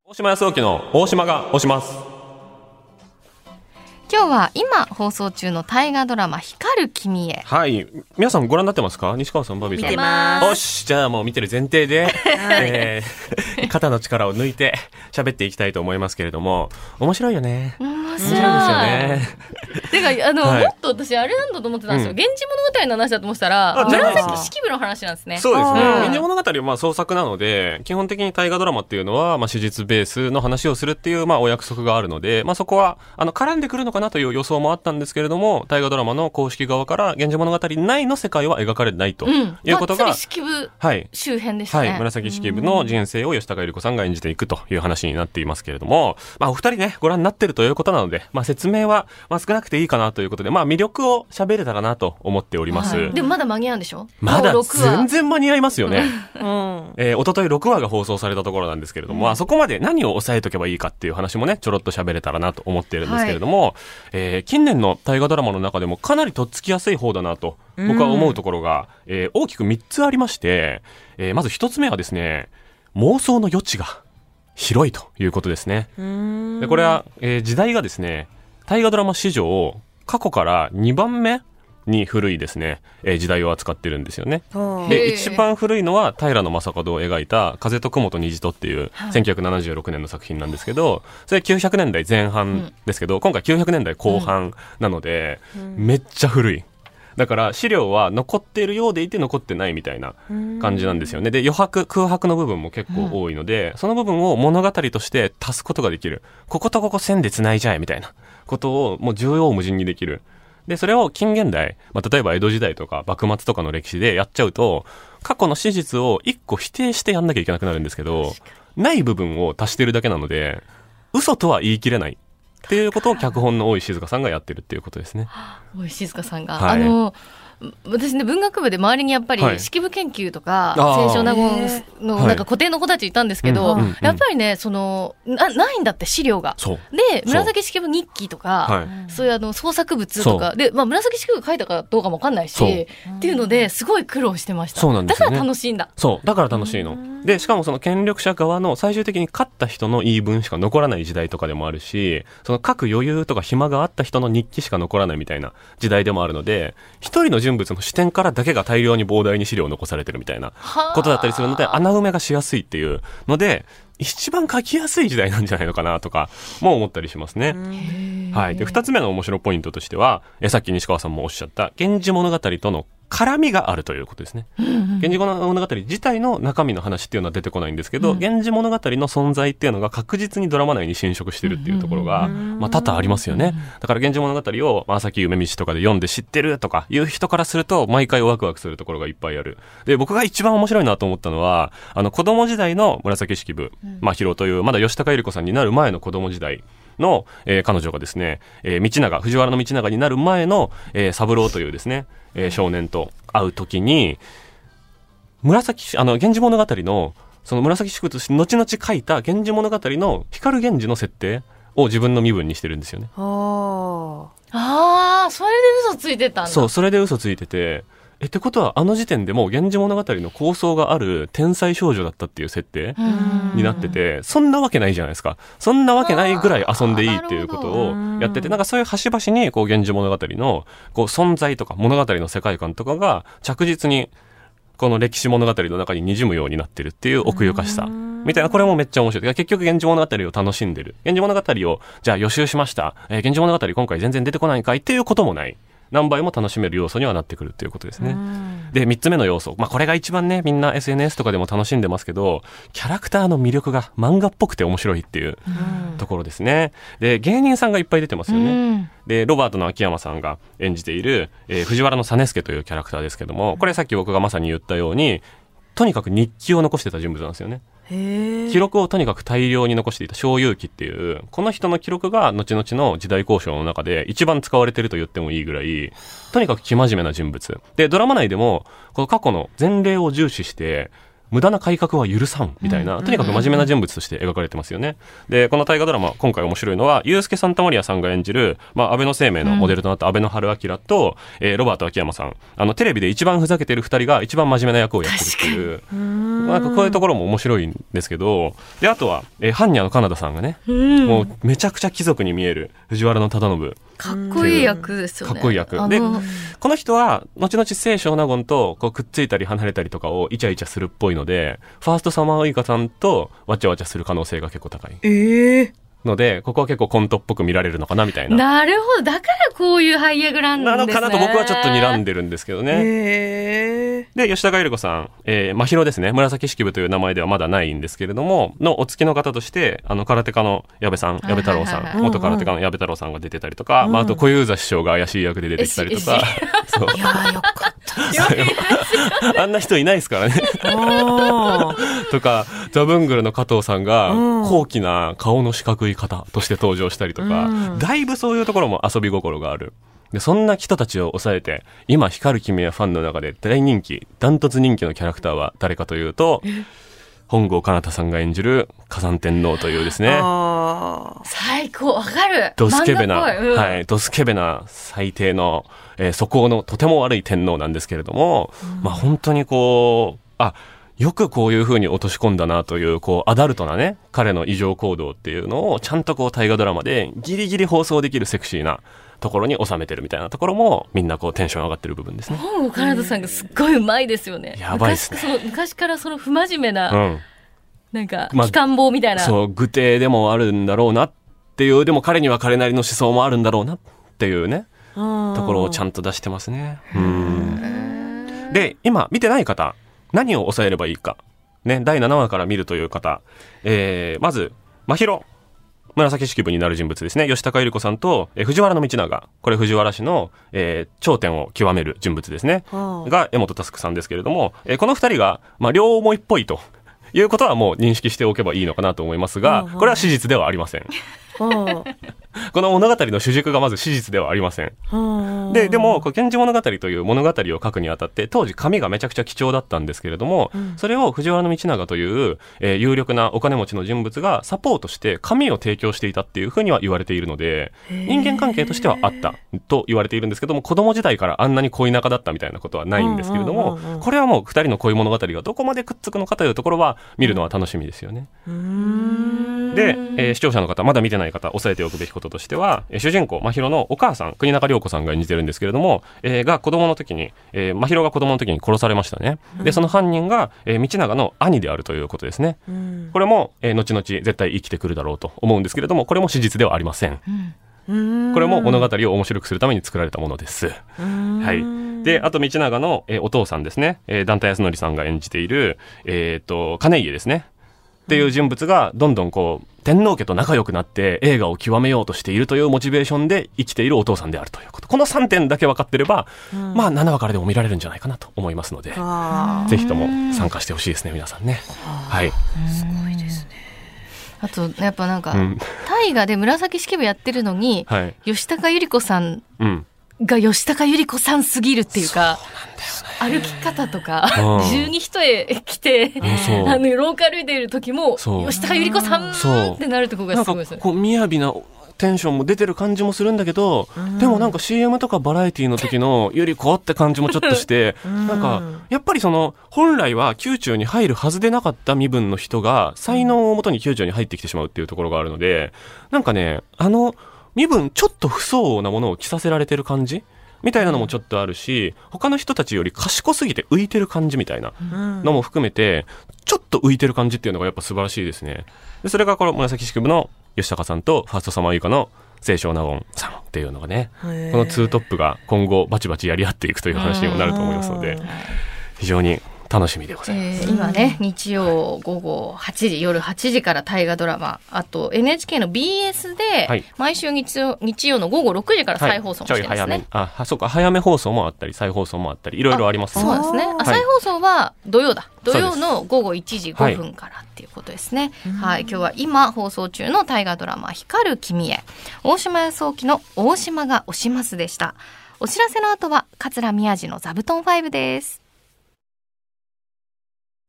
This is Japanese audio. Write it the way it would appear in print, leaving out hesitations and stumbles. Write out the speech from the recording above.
大島康之の大島が推します。 今日は今放送中の大河ドラマ光る君へ。 はい、皆さんご覧になってますか？西川さん、バビーさん。 見てます。 よし、じゃあもう見てる前提で、肩の力を抜いて喋っていきたいと思いますけれども、面白いよね。 面白いですよね。 てかはいもっと私あれなんだと思ってたんですよ、源氏物語の話だと思ってたらじゃないです紫式部の話なんですね。 そうですね。 うん源氏物語はまあ創作なので、基本的に大河ドラマっていうのはまあ史実ベースの話をするっていうまあお約束があるので、まあそこは絡んでくるのかなという予想もあったんですけれども、大河ドラマの公式側から源氏物語内の世界は描かれないということが、 がっつり式部はい周辺でしたね。 はい、紫式部の人生を吉高由里子さんが演じていくという話になっていますけれども、まあお二人ねご覧になってるということなので、まあ説明はまあ少なくていいかなということで、まあ魅力を喋れたらなと思っております。 はいでもまだ間に合うんでしょ。 まだもう6話全然間に合いますよね。 うん一昨日6話が放送されたところなんですけれども、まあそこまで何を抑えとけばいいかっていう話もねちょろっと喋れたらなと思っているんですけれども、近年の大河ドラマの中でもかなりとっつきやすい方だなと僕は思うところが、大きく3つありまして、まず1つ目はですね、妄想の余地が広いということですね。でこれは、時代がですね、大河ドラマ史上過去から2番目に古いですね、時代を扱ってるんですよね。で一番古いのは平将門を描いた風と雲と虹とっていう、1976年の作品なんですけど、それ900年代前半ですけど、今回900年代後半なので、めっちゃ古い。だから資料は残っているようでいて残ってないみたいな感じなんですよね。で余白空白の部分も結構多いので、その部分を物語として足すことができる。こことここ線で繋いじゃえみたいなことをもう縦横無尽にできる。でそれを近現代、例えば江戸時代とか幕末とかの歴史でやっちゃうと、過去の史実を一個否定してやんなきゃいけなくなるんですけど、ない部分を足してるだけなので嘘とは言い切れないっていうことを脚本の大井静香さんがやってるっていうことですね。 大石静香さんが、 はい私ね文学部で周りにやっぱりはい式部研究とかあー清少納言のなんか固定の子たちいたんですけど、 うんやっぱりねないんだって資料が。 そうで紫式部日記とか、 はいそういう創作物とかで、紫式部が書いたかどうかも分かんないしそうっていうのですごい苦労してました。 そうなんですよねだから楽しいんだ。 そうだから楽しいので、しかもその権力者側の最終的に勝った人の言い分しか残らない時代とかでもあるし、その書く余裕とか暇があった人の日記しか残らないみたいな時代でもあるので、一人の人物の視点からだけが大量に膨大に資料を残されてるみたいなことだったりするので、穴埋めがしやすいっていうので一番書きやすい時代なんじゃないのかなとかも思ったりしますね。はい。で2つ目の面白ポイントとしては、さっき西川さんもおっしゃった源氏物語との絡みがあるということですね。源氏物語自体の中身の話っていうのは出てこないんですけど、源氏物語の存在っていうのが確実にドラマ内に侵食してるっていうところが、まあ多々ありますよね。だから源氏物語を朝木夢道とかで読んで知ってるとかいう人からすると毎回ワクワクするところがいっぱいある。で僕が一番面白いなと思ったのは、子供時代の紫式部真宙というまだ吉高由里子さんになる前の子供時代の、彼女がですね、藤原道長になる前の、三郎というですね、少年と会うときに源氏物語のその紫式部として後々書いた源氏物語の光源氏の設定を自分の身分にしてるんですよね。 それで嘘ついてたんだ。 そうそれで嘘ついてて、ってことはあの時点でもう源氏物語の構想がある天才少女だったっていう設定になってて、そんなわけないじゃないですか。そんなわけないぐらい遊んでいいっていうことをやってて、なんかそういう端々にこう源氏物語のこう存在とか物語の世界観とかが着実にこの歴史物語の中に滲むようになってるっていう奥ゆかしさみたいな、これもめっちゃ面白い。結局源氏物語を楽しんでる、源氏物語をじゃあ予習しました、源氏物語今回全然出てこないんかいっていうこともない、何倍も楽しめる要素にはなってくるっていうことですね。で3つ目の要素、これが一番ねみんな SNS とかでも楽しんでますけど、キャラクターの魅力が漫画っぽくて面白いっていうところですね。で芸人さんがいっぱい出てますよね。でロバートの秋山さんが演じている、藤原実助というキャラクターですけども、これさっき僕がまさに言ったようにとにかく日記を残してた人物なんですよね。記録をとにかく大量に残していた小遊記っていうこの人の記録が後々の時代交渉の中で一番使われてると言ってもいいぐらい、とにかく生真面目な人物で、ドラマ内でもこの過去の前例を重視して無駄な改革は許さんみたいな、とにかく真面目な人物として描かれてますよね。で、この大河ドラマ、今回面白いのは、ユースケ・サンタマリアさんが演じる、安倍の生命のモデルとなった安倍の春明と、ロバート秋山さん。テレビで一番ふざけてる二人が一番真面目な役をやってるっていう。なんかこういうところも面白いんですけど、で、あとは、般若のカナダさんがね、もうめちゃくちゃ貴族に見える藤原忠信。 かっこいい役ですよね。 かっこいい役。で、この人は、後々清少納言とこうくっついたり離れたりとかをイチャイチャするっぽいので、ファーストサマーウイカさんとわちゃわちゃする可能性が結構高い。ので、ここは結構コントっぽく見られるのかなみたいな。 なるほど。だからこういう配役なんですね。 なのかなと僕はちょっと睨んでるんですけどね。で、吉高由里子さん、真宙ですね。紫式部という名前ではまだないんですけれども、のお付きの方として、空手家の矢部さん、矢部太郎さん、元空手家の矢部太郎さんが出てたりとか、あと小遊三師匠が怪しい役で出てきたりとか。 そう。いやーよかった。 あんな人いないですからね。とか、ザブングルの加藤さんが、高貴な顔の四角い方として登場したりとか、だいぶそういうところも遊び心がある。で、そんな人たちを抑えて、今光る君やファンの中で大人気、ダントツ人気のキャラクターは誰かというと、本郷奏多さんが演じる火山天皇というですね。 最高、わかる。 ドスケベな、はい、ドスケベな最低の、素行のとても悪い天皇なんですけれども、本当にこう、よくこういう風に落とし込んだなという、アダルトなね、彼の異常行動っていうのをちゃんと大河ドラマでギリギリ放送できるセクシーなところに収めてるみたいなところもみんなテンション上がってる部分ですね。 本郷奏多さんがすっごいうまいですよね。 やばいですね。 昔からその不真面目な、なんか、機関棒みたいな。 そう、愚貞でもあるんだろうなっていう、でも彼には彼なりの思想もあるんだろうなっていうね、ところをちゃんと出してますね。で、今見てない方、何を抑えればいいか。ね、第7話から見るという方。まず、真宙。紫式部になる人物ですね。吉高由里子さんと、藤原道長。これ藤原氏の、頂点を極める人物ですね。が、江本佑さんですけれども、この二人が、両思いっぽいということはもう認識しておけばいいのかなと思いますが、これは史実ではありません。この物語の主軸がまず史実ではありません。でも、源氏物語という物語を書くにあたって、当時紙がめちゃくちゃ貴重だったんですけれども、それを藤原道長という、有力なお金持ちの人物がサポートして紙を提供していたっていうふうには言われているので、人間関係としてはあったと言われているんですけども、子供時代からあんなに恋仲だったみたいなことはないんですけれども、これはもう二人の恋物語がどこまでくっつくのかというところは見るのは楽しみですよね。で、視聴者の方、まだ見てない方、押さえておくべきこととしては、主人公、真宙のお母さん、国中涼子さんが演じてるんですけれども、が子供の時に、真宙が子供の時に殺されましたね。で、その犯人が、道長の兄であるということですね。これも、後々絶対生きてくるだろうと思うんですけれども、これも史実ではありません。これも物語を面白くするために作られたものです。はい。で、あと道長の、お父さんですね。段田康則さんが演じている、金家ですね。っていう人物がどんどん天皇家と仲良くなって映画を極めようとしているというモチベーションで生きているお父さんであるということ。この3点だけ分かってれば、7話からでも見られるんじゃないかなと思いますので、ぜひとも参加してほしいですね、皆さんね。はい。 すごいですね。あと、やっぱなんか、大河で紫式部やってるのに、吉高由里子さんが吉高由里子さんすぎるっていうか、歩き方とか、十二一重着て、廊下歩いている時も、吉高由里子さんってなるところがすごいですね。 雅なテンションも出てる感じもするんだけど、でもなんか CM とかバラエティの時の由里子って感じもちょっとして、なんか、やっぱり本来は宮中に入るはずでなかった身分の人が、才能をもとに宮中に入ってきてしまうっていうところがあるので、なんかね、身分ちょっと不相応なものを着させられてる感じみたいなのもちょっとあるし、他の人たちより賢すぎて浮いてる感じみたいなのも含めて、ちょっと浮いてる感じっていうのがやっぱ素晴らしいですね。で、それがこの紫式部の吉高さんとファーストサマーウイカの清少納言さんっていうのがね、このツートップが今後バチバチやり合っていくという話にもなると思いますので、非常に楽しみでございます。 今ね、日曜午後8時、夜8時から大河ドラマ、あと NHK の BS で、毎週日曜の午後6時から再放送もしてますね。 そうか、早め放送もあったり、再放送もあったり、いろいろありますね。 そうですね。再放送は土曜の午後1時5分からっていうことですね。はい。今日は今放送中の大河ドラマ、光る君へ。大島康興の大島が推しますでした。お知らせの後は、桂宮治の座布団5です。